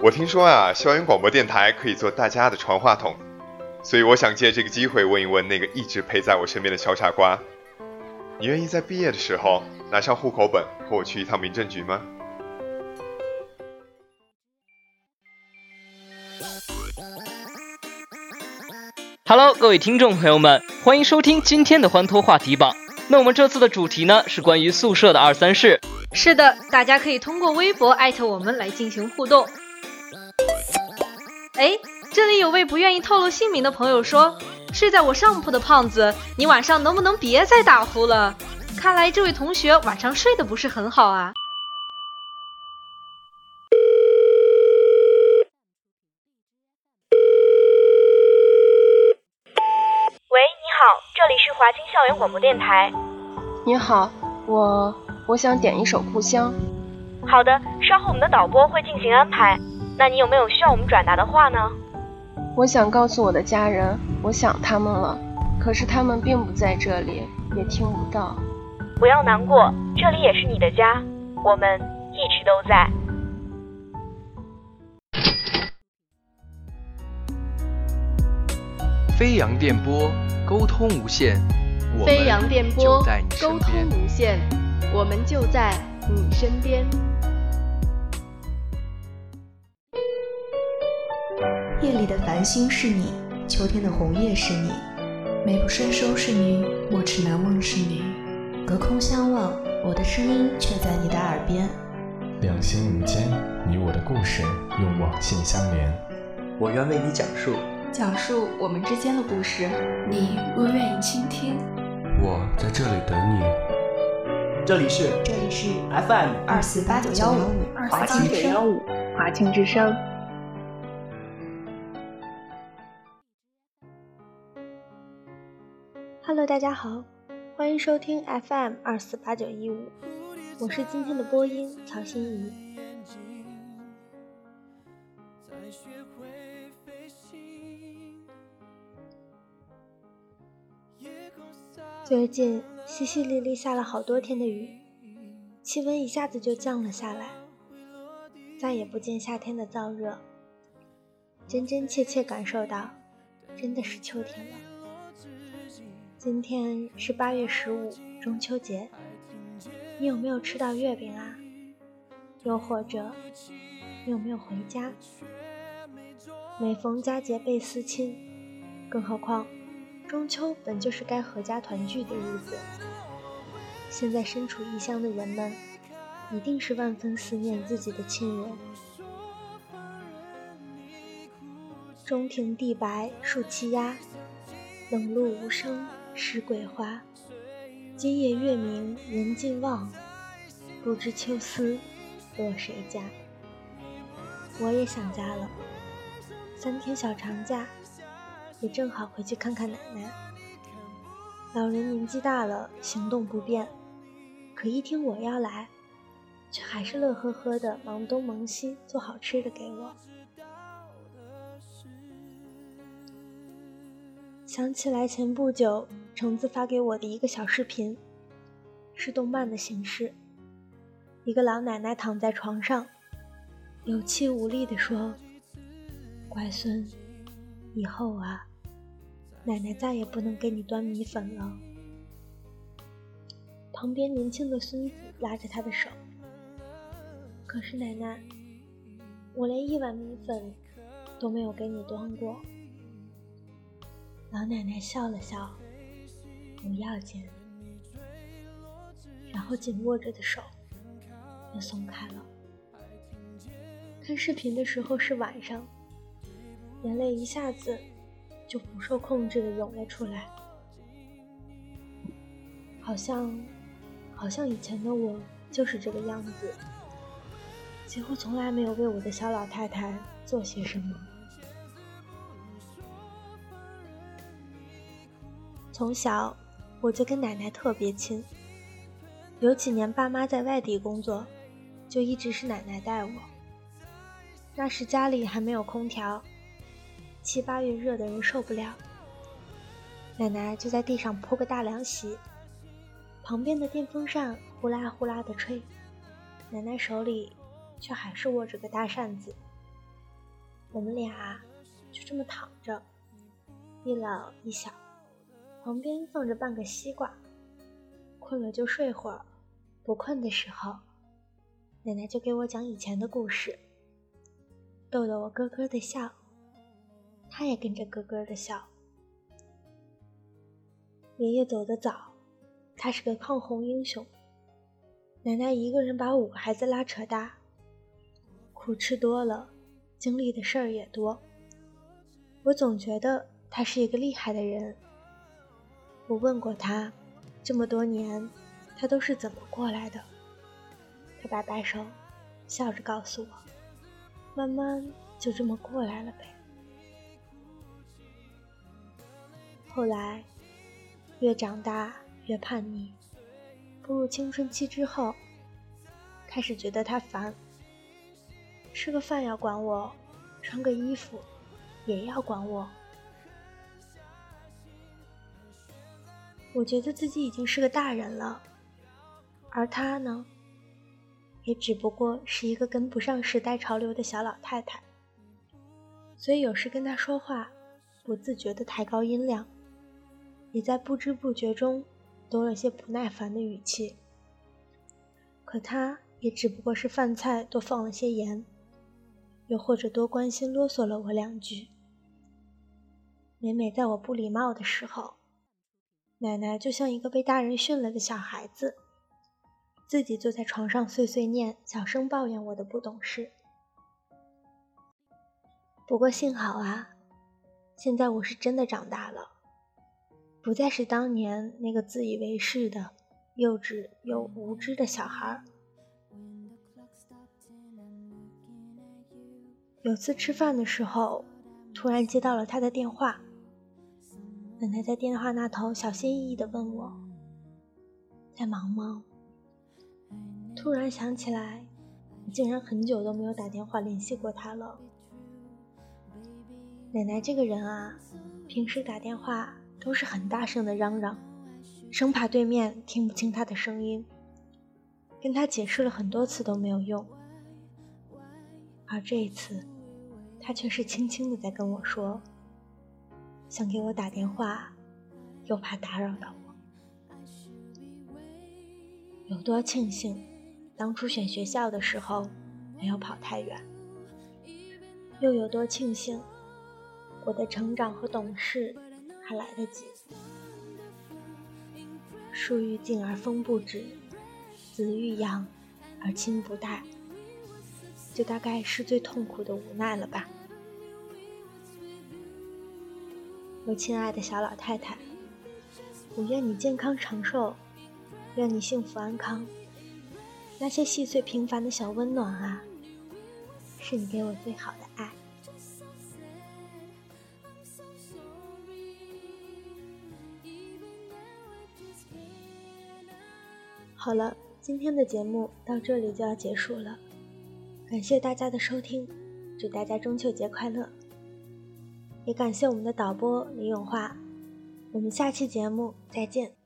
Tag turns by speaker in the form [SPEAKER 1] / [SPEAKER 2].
[SPEAKER 1] 我听说啊，校园广播电台可以做大家的传话筒，所以我想借这个机会问一问那个一直陪在我身边的小傻瓜，你愿意在毕业的时候拿上户口本和我去一趟民政局吗？
[SPEAKER 2] Hello， 各位听众朋友们，欢迎收听今天的欢脱话题榜。那我们这次的主题呢是关于宿舍的二三事。
[SPEAKER 3] 是的，大家可以通过微博艾特我们来进行互动。哎，这里有位不愿意透露姓名的朋友说，睡在我上铺的胖子，你晚上能不能别再打呼了？看来这位同学晚上睡得不是很好啊。
[SPEAKER 4] 喂，你好，这里是华清校园广播电台。
[SPEAKER 5] 你好，我想点一首《故乡》。
[SPEAKER 4] 好的，稍后我们的导播会进行安排。那你有没有需要我们转达的话呢？
[SPEAKER 5] 我想告诉我的家人，我想他们了，可是他们并不在这里，也听不到。
[SPEAKER 4] 不要难过，这里也是你的家，我们一直都在。
[SPEAKER 6] 飞扬电波，沟通无限。
[SPEAKER 7] 飞扬电波，
[SPEAKER 6] 沟通
[SPEAKER 7] 无限，我们就在你身边。
[SPEAKER 8] 夜里的繁星是你，秋天的红叶是你，美不胜收是你，莫齿难忘是你。隔空相望，我的声音却在你的耳边。
[SPEAKER 9] 两心无间，你我的故事用网线相连。
[SPEAKER 10] 我愿为你讲
[SPEAKER 8] 述我们之间的故事，你若愿意倾听。
[SPEAKER 9] 我在这里等你。
[SPEAKER 10] 这里是 FM
[SPEAKER 8] 24895
[SPEAKER 7] 华清之声。
[SPEAKER 3] Hello， 大家好，欢迎收听 FM 24895，我是今天的播音曹欣怡。最近淅淅沥沥下了好多天的雨，气温一下子就降了下来，再也不见夏天的燥热，真真切切感受到真的是秋天了。今天是8月15，中秋节，你有没有吃到月饼啊？又或者你有没有回家？每逢佳节倍思亲，更何况中秋本就是该阖家团聚的日子。现在身处异乡的人们，一定是万分思念自己的亲人。中庭地白树栖鸦，冷露无声湿桂花。今夜月明人尽望，不知秋思落谁家。我也想家了，3天小长假，也正好回去看看奶奶。老人年纪大了，行动不便，可一听我要来，却还是乐呵呵的忙东忙西做好吃的给我。想起来前不久橙子发给我的一个小视频，是动漫的形式，一个老奶奶躺在床上，有气无力地说，乖孙，以后啊，奶奶再也不能给你端米粉了。旁边年轻的孙子拉着他的手，可是奶奶，我连1碗米粉都没有给你端过。老奶奶笑了笑，不要紧，然后紧握着的手又松开了。看视频的时候是晚上，眼泪一下子就不受控制地涌了出来，好像以前的我就是这个样子，几乎从来没有为我的小老太太做些什么。从小我就跟奶奶特别亲，有几年爸妈在外地工作，就一直是奶奶带我。那时家里还没有空调，7、8月热的人受不了，奶奶就在地上铺个大凉席，旁边的电风扇呼啦呼啦地吹，奶奶手里却还是握着个大扇子， 我们俩就这么躺着，一老一小，旁边放着半个西瓜，困了就睡会儿，不困的时候，奶奶就给我讲以前的故事，逗得我咯咯的笑，她也跟着咯咯的笑。爷爷走得早，他是个抗洪英雄，奶奶一个人把5个孩子拉扯大，苦吃多了，经历的事儿也多。我总觉得他是一个厉害的人。我问过他，这么多年他都是怎么过来的？他摆摆手，笑着告诉我，慢慢就这么过来了呗。后来越长大越叛逆，步入青春期之后，开始觉得他烦，吃个饭要管我，穿个衣服也要管我。我觉得自己已经是个大人了，而他呢，也只不过是一个跟不上时代潮流的小老太太。所以有时跟他说话，不自觉地抬高音量，也在不知不觉中多了些不耐烦的语气。可他也只不过是饭菜多放了些盐，又或者多关心啰嗦了我2句。每每在我不礼貌的时候，奶奶就像一个被大人训了的小孩子，自己坐在床上碎碎念，小声抱怨我的不懂事。不过幸好啊，现在我是真的长大了，不再是当年那个自以为是的幼稚又无知的小孩。有次吃饭的时候，突然接到了他的电话，奶奶在电话那头小心翼翼地问我，在忙吗？突然想起来，我竟然很久都没有打电话联系过他了。奶奶这个人啊，平时打电话都是很大声的嚷嚷，生怕对面听不清他的声音，跟他解释了很多次都没有用。而这一次，他却是轻轻地在跟我说，想给我打电话，又怕打扰到我。有多庆幸当初选学校的时候没有跑太远，又有多庆幸我的成长和懂事还来得及。树欲静而风不止，子欲养而亲不待，就大概是最痛苦的无奈了吧。我亲爱的小老太太，我愿你健康长寿，愿你幸福安康。那些细碎平凡的小温暖啊，是你给我最好的爱。好了，今天的节目到这里就要结束了，感谢大家的收听，祝大家中秋节快乐。也感谢我们的导播李永华，我们下期节目再见。